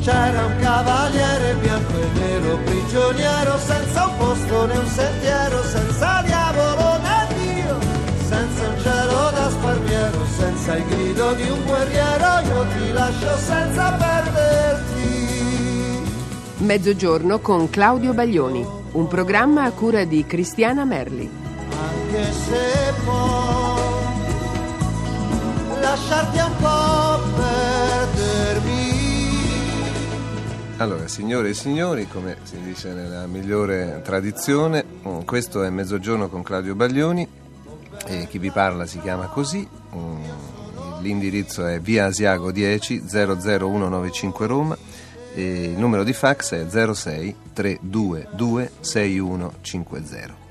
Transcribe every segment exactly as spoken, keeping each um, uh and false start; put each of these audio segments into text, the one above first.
C'era un cavaliere bianco e nero, prigioniero, senza un posto né un sentiero, senza diavolo né Dio, senza un cielo da sparviero, senza il grido di un guerriero, io ti lascio senza perderti. Mezzogiorno con Claudio Baglioni, un programma a cura di Cristiana Merli. Anche se può lasciarti un po' perdermi. Allora, signore e signori, come si dice nella migliore tradizione, questo è Mezzogiorno con Claudio Baglioni e chi vi parla si chiama così. L'indirizzo è via Asiago dieci zero zero uno nove cinque Roma e il numero di fax è zero sei tre due due sei uno cinque zero.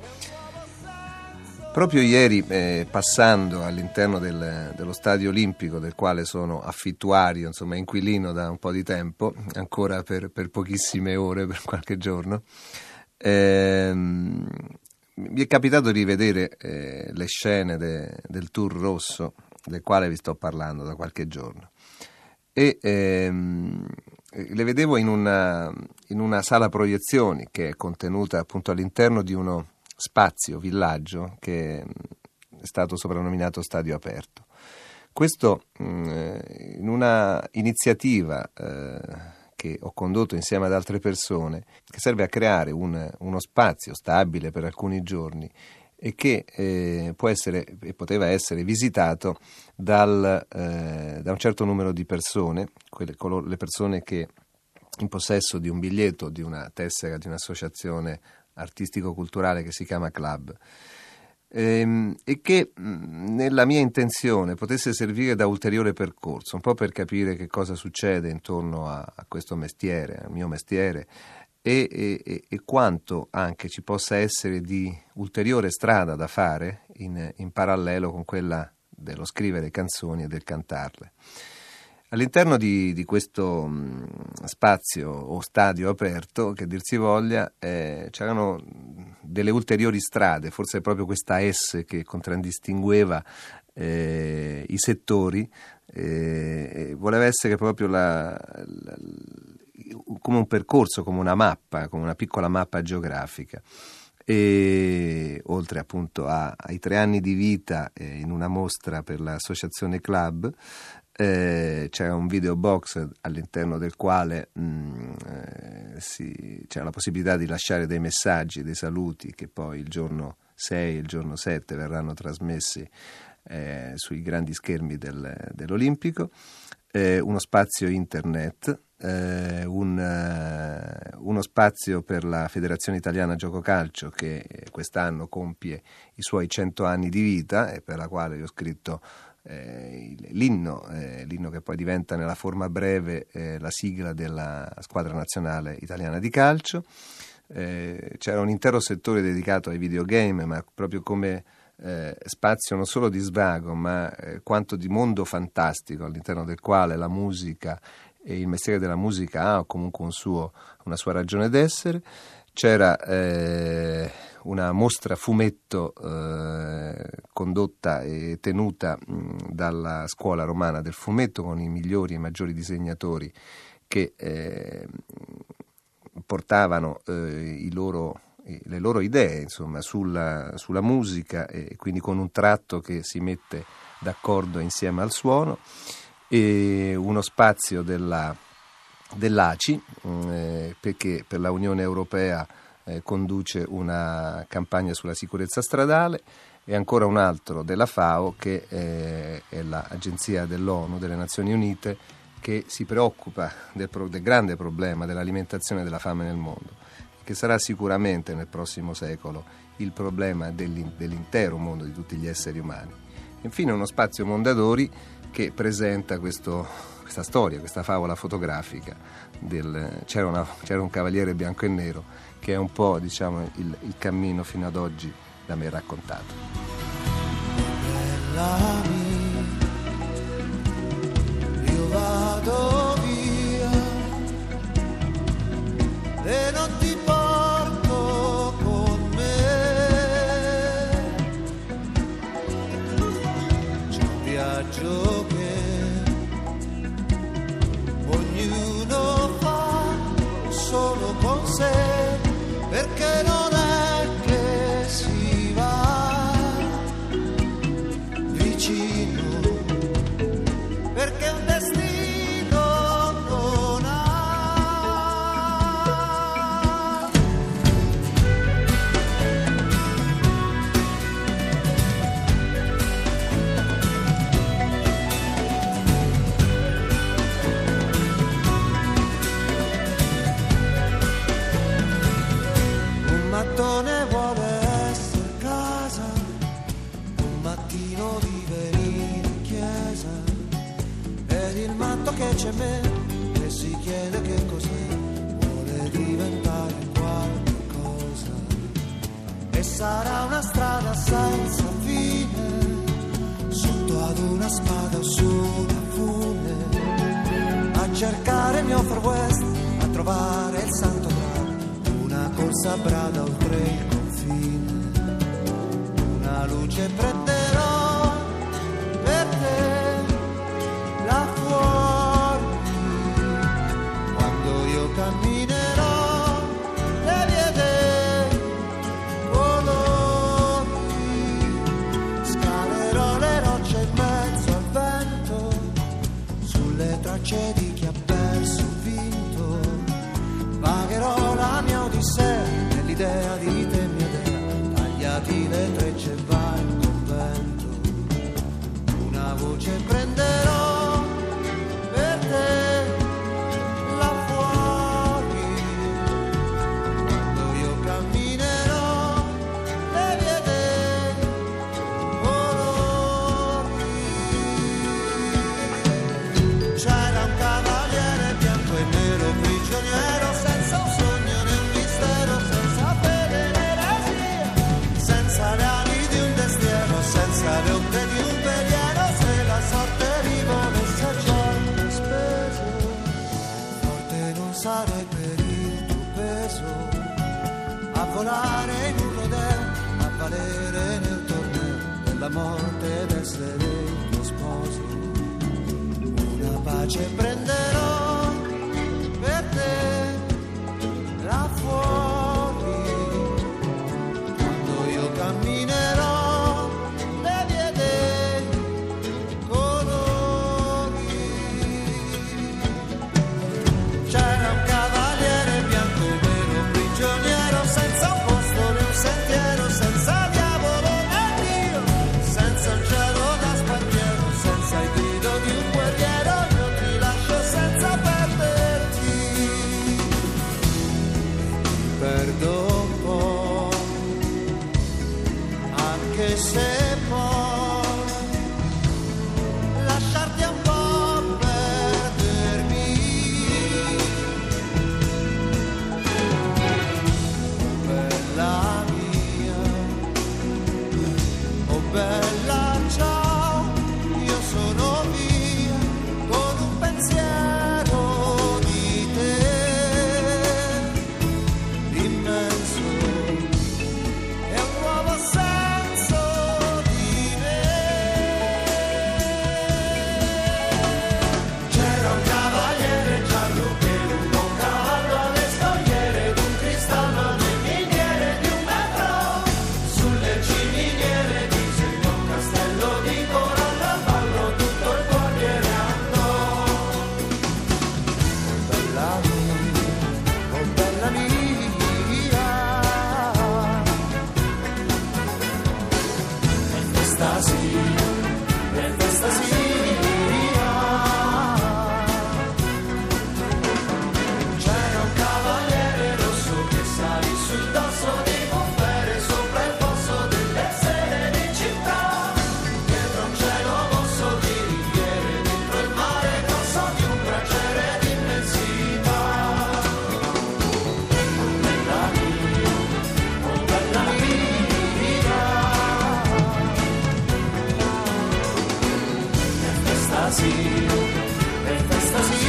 Proprio ieri, eh, passando all'interno del, dello stadio olimpico, del quale sono affittuario, insomma inquilino da un po' di tempo, ancora per, per pochissime ore, per qualche giorno, ehm, mi è capitato di vedere eh, le scene de, del tour rosso, del quale vi sto parlando da qualche giorno. E ehm, le vedevo in una, in una sala proiezioni che è contenuta appunto all'interno di uno spazio, villaggio, che è stato soprannominato Stadio Aperto. Questo mh, in una iniziativa eh, che ho condotto insieme ad altre persone, che serve a creare un, uno spazio stabile per alcuni giorni e che eh, può essere e poteva essere visitato dal, eh, da un certo numero di persone, quelle, le persone che in possesso di un biglietto, di una tessera, di un'associazione artistico-culturale che si chiama Club, ehm, e che mh, nella mia intenzione potesse servire da ulteriore percorso, un po' per capire che cosa succede intorno a, a questo mestiere, al mio mestiere, e, e, e quanto anche ci possa essere di ulteriore strada da fare in, in parallelo con quella dello scrivere canzoni e del cantarle. All'interno di, di questo mh, spazio o stadio aperto, che dir si voglia, eh, c'erano delle ulteriori strade, forse proprio questa S che contraddistingueva eh, i settori, eh, voleva essere proprio la, la, come un percorso, come una mappa, come una piccola mappa geografica. E oltre appunto a, ai tre anni di vita eh, in una mostra per l'associazione Club, Eh, c'era un video box all'interno del quale mh, eh, si, c'era la possibilità di lasciare dei messaggi, dei saluti che poi il giorno sei e il giorno sette verranno trasmessi eh, sui grandi schermi del, dell'Olimpico, eh, uno spazio internet, eh, un, eh, uno spazio per la Federazione Italiana Gioco Calcio che quest'anno compie i suoi cento anni di vita e per la quale io ho scritto Eh, l'inno, eh, l'inno che poi diventa nella forma breve eh, la sigla della squadra nazionale italiana di calcio. Eh, c'era un intero settore dedicato ai videogame, ma proprio come eh, spazio non solo di svago, ma eh, quanto di mondo fantastico all'interno del quale la musica e il mestiere della musica ha comunque un suo, una sua ragione d'essere. C'era eh, una mostra fumetto eh, condotta e tenuta mh, dalla scuola romana del fumetto con i migliori e maggiori disegnatori che eh, portavano eh, i loro, le loro idee insomma, sulla, sulla musica e quindi con un tratto che si mette d'accordo insieme al suono, e uno spazio della dell'A C I, eh, perché per la Unione Europea eh, conduce una campagna sulla sicurezza stradale, e ancora un altro della FAO, che eh, è l'agenzia dell'ONU, delle Nazioni Unite, che si preoccupa del, pro- del grande problema dell'alimentazione e della fame nel mondo, che sarà sicuramente nel prossimo secolo il problema dell'in- dell'intero mondo, di tutti gli esseri umani. Infine uno spazio Mondadori che presenta questo questa storia, questa favola fotografica del c'era, una, c'era un cavaliere bianco e nero, che è un po', diciamo, il, il cammino fino ad oggi da me raccontato. Bella mia, io vado via e non ti porto con me, c'è un viaggio che ognuno fa vado su da Fune a cercare il mio Far West, a trovare il Santo Graal, una corsa a brada oltre il confine, una luce prenderò per te là fuori, quando io camminerò le vie dei colori, scalerò le rocce in mezzo al vento, sulle tracce di chi ha perso o vinto, vagherò la mia odissea nell'idea di te mia dea, tagliati le trecce e vai in convento, una voce prenderò per te là fuori, quando io camminerò le vie dei colori. C'era un cavaliere bianco e nero prigioniero, senza un sogno né un mistero, senza fede né eresia, senza le ali di un destiero, senza le onde di un veliero, se la sorte rivolesse a giorni speso, forte non sarei per il tuo peso, a volare in un rodeo, a valere nel torneo della morte ed essere il tuo sposo, una pace prenderò per te là fuori, quando io camminerò le vie dei colori. C'era un cavaliere bianco e nero prigioniero, senza un posto né un sentiero, senza diavolo né Dio, senza un cielo da spartiero, senza il grido di un guerriero, io ti lascio senza perderti, ti perdo un po', anche se poi lasciarti un po' perdermi, bella mia, oh bella ciao, io sono via con un pensiero di te immenso e un nuovo senso di me. C'era un cavaliere giallo che lungo un cavallo alle scogliere d'un cristallo nel miniere di un metro, sulle ciminiere disegnò un castello di corallo al ballo, tutto il quartiere andò. Bella mia, oh bella mia, è festa sì, è festa sì. C'era un cavaliere rosso che salì sul dosso di Monfere, sopra il fosso delle sere di città, dietro un cielo mosso di riviere, dentro il mare grosso di un braciere d'immensità. Oh bella mia, oh bella mia, è festa sì, è festa sì.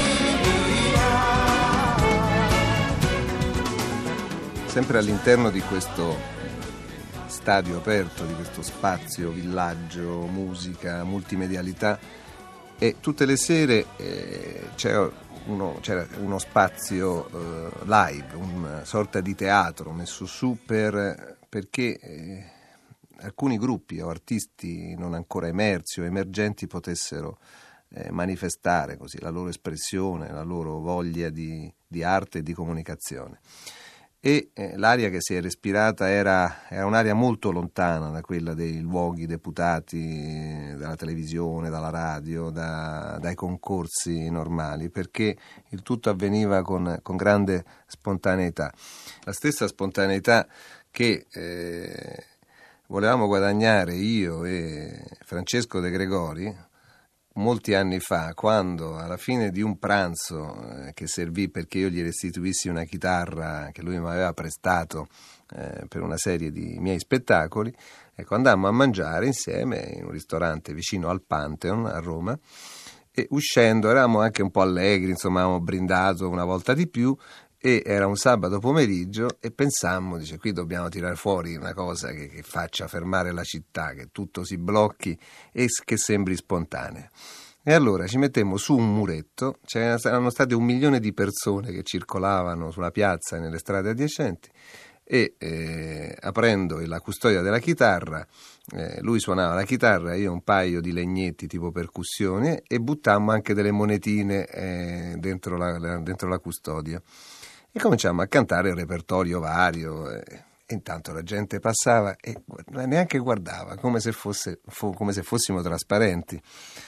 Sempre all'interno di questo stadio aperto, di questo spazio, villaggio, musica, multimedialità, e tutte le sere eh, c'è uno, c'era uno spazio eh, live, una sorta di teatro messo su per, perché eh, alcuni gruppi o artisti non ancora emersi o emergenti potessero eh, manifestare così la loro espressione, la loro voglia di, di arte e di comunicazione. E eh, l'aria che si è respirata era, era un'aria molto lontana da quella dei luoghi deputati dalla televisione, dalla radio, da, dai concorsi normali, perché il tutto avveniva con, con grande spontaneità. La stessa spontaneità che eh, volevamo guadagnare io e Francesco De Gregori molti anni fa, quando alla fine di un pranzo eh, che servì perché io gli restituissi una chitarra che lui mi aveva prestato eh, per una serie di miei spettacoli, ecco, andammo a mangiare insieme in un ristorante vicino al Pantheon a Roma, e uscendo eravamo anche un po' allegri, insomma avevamo brindato una volta di più, e era un sabato pomeriggio e pensammo, dice, qui dobbiamo tirare fuori una cosa che, che faccia fermare la città, che tutto si blocchi e che sembri spontanea. E allora ci mettemmo su un muretto, c'erano state un milione di persone che circolavano sulla piazza e nelle strade adiacenti, e eh, aprendo la custodia della chitarra, eh, lui suonava la chitarra, io un paio di legnetti tipo percussioni, e buttammo anche delle monetine eh, dentro, la, la, dentro la custodia. E cominciamo a cantare il repertorio vario, e, e intanto la gente passava e neanche guardava, come se, fosse, fu, come se fossimo trasparenti.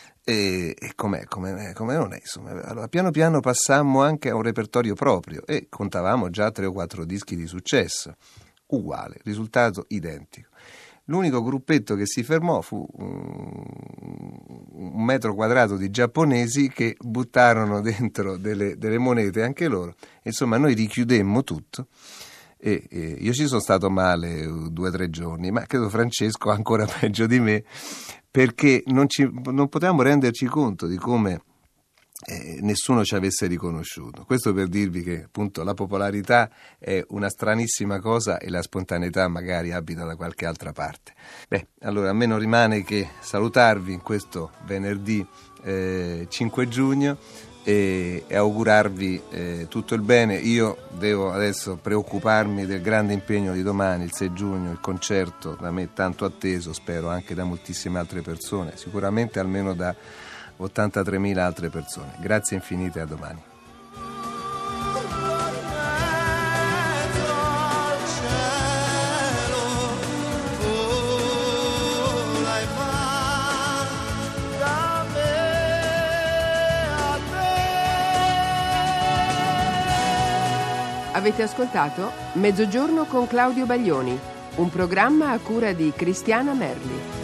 E, e com'è, come, come non è, insomma. Allora, piano piano passammo anche a un repertorio proprio e contavamo già tre o quattro dischi di successo, uguale, risultato identico. L'unico gruppetto che si fermò fu un, un metro quadrato di giapponesi che buttarono dentro delle, delle monete anche loro. Insomma, noi richiudemmo tutto e, e io ci sono stato male due o tre giorni, ma credo Francesco ancora peggio di me, perché non, ci, non potevamo renderci conto di come Eh, nessuno ci avesse riconosciuto. Questo per dirvi che appunto la popolarità è una stranissima cosa e la spontaneità magari abita da qualche altra parte. Beh, allora a me non rimane che salutarvi in questo venerdì eh, cinque giugno e, e augurarvi eh, tutto il bene. Io devo adesso preoccuparmi del grande impegno di domani, il sei giugno, il concerto da me tanto atteso, spero anche da moltissime altre persone, sicuramente almeno da ottantatremila altre persone. Grazie infinite, a domani. Avete ascoltato Mezzogiorno con Claudio Baglioni, un programma a cura di Cristiana Merli.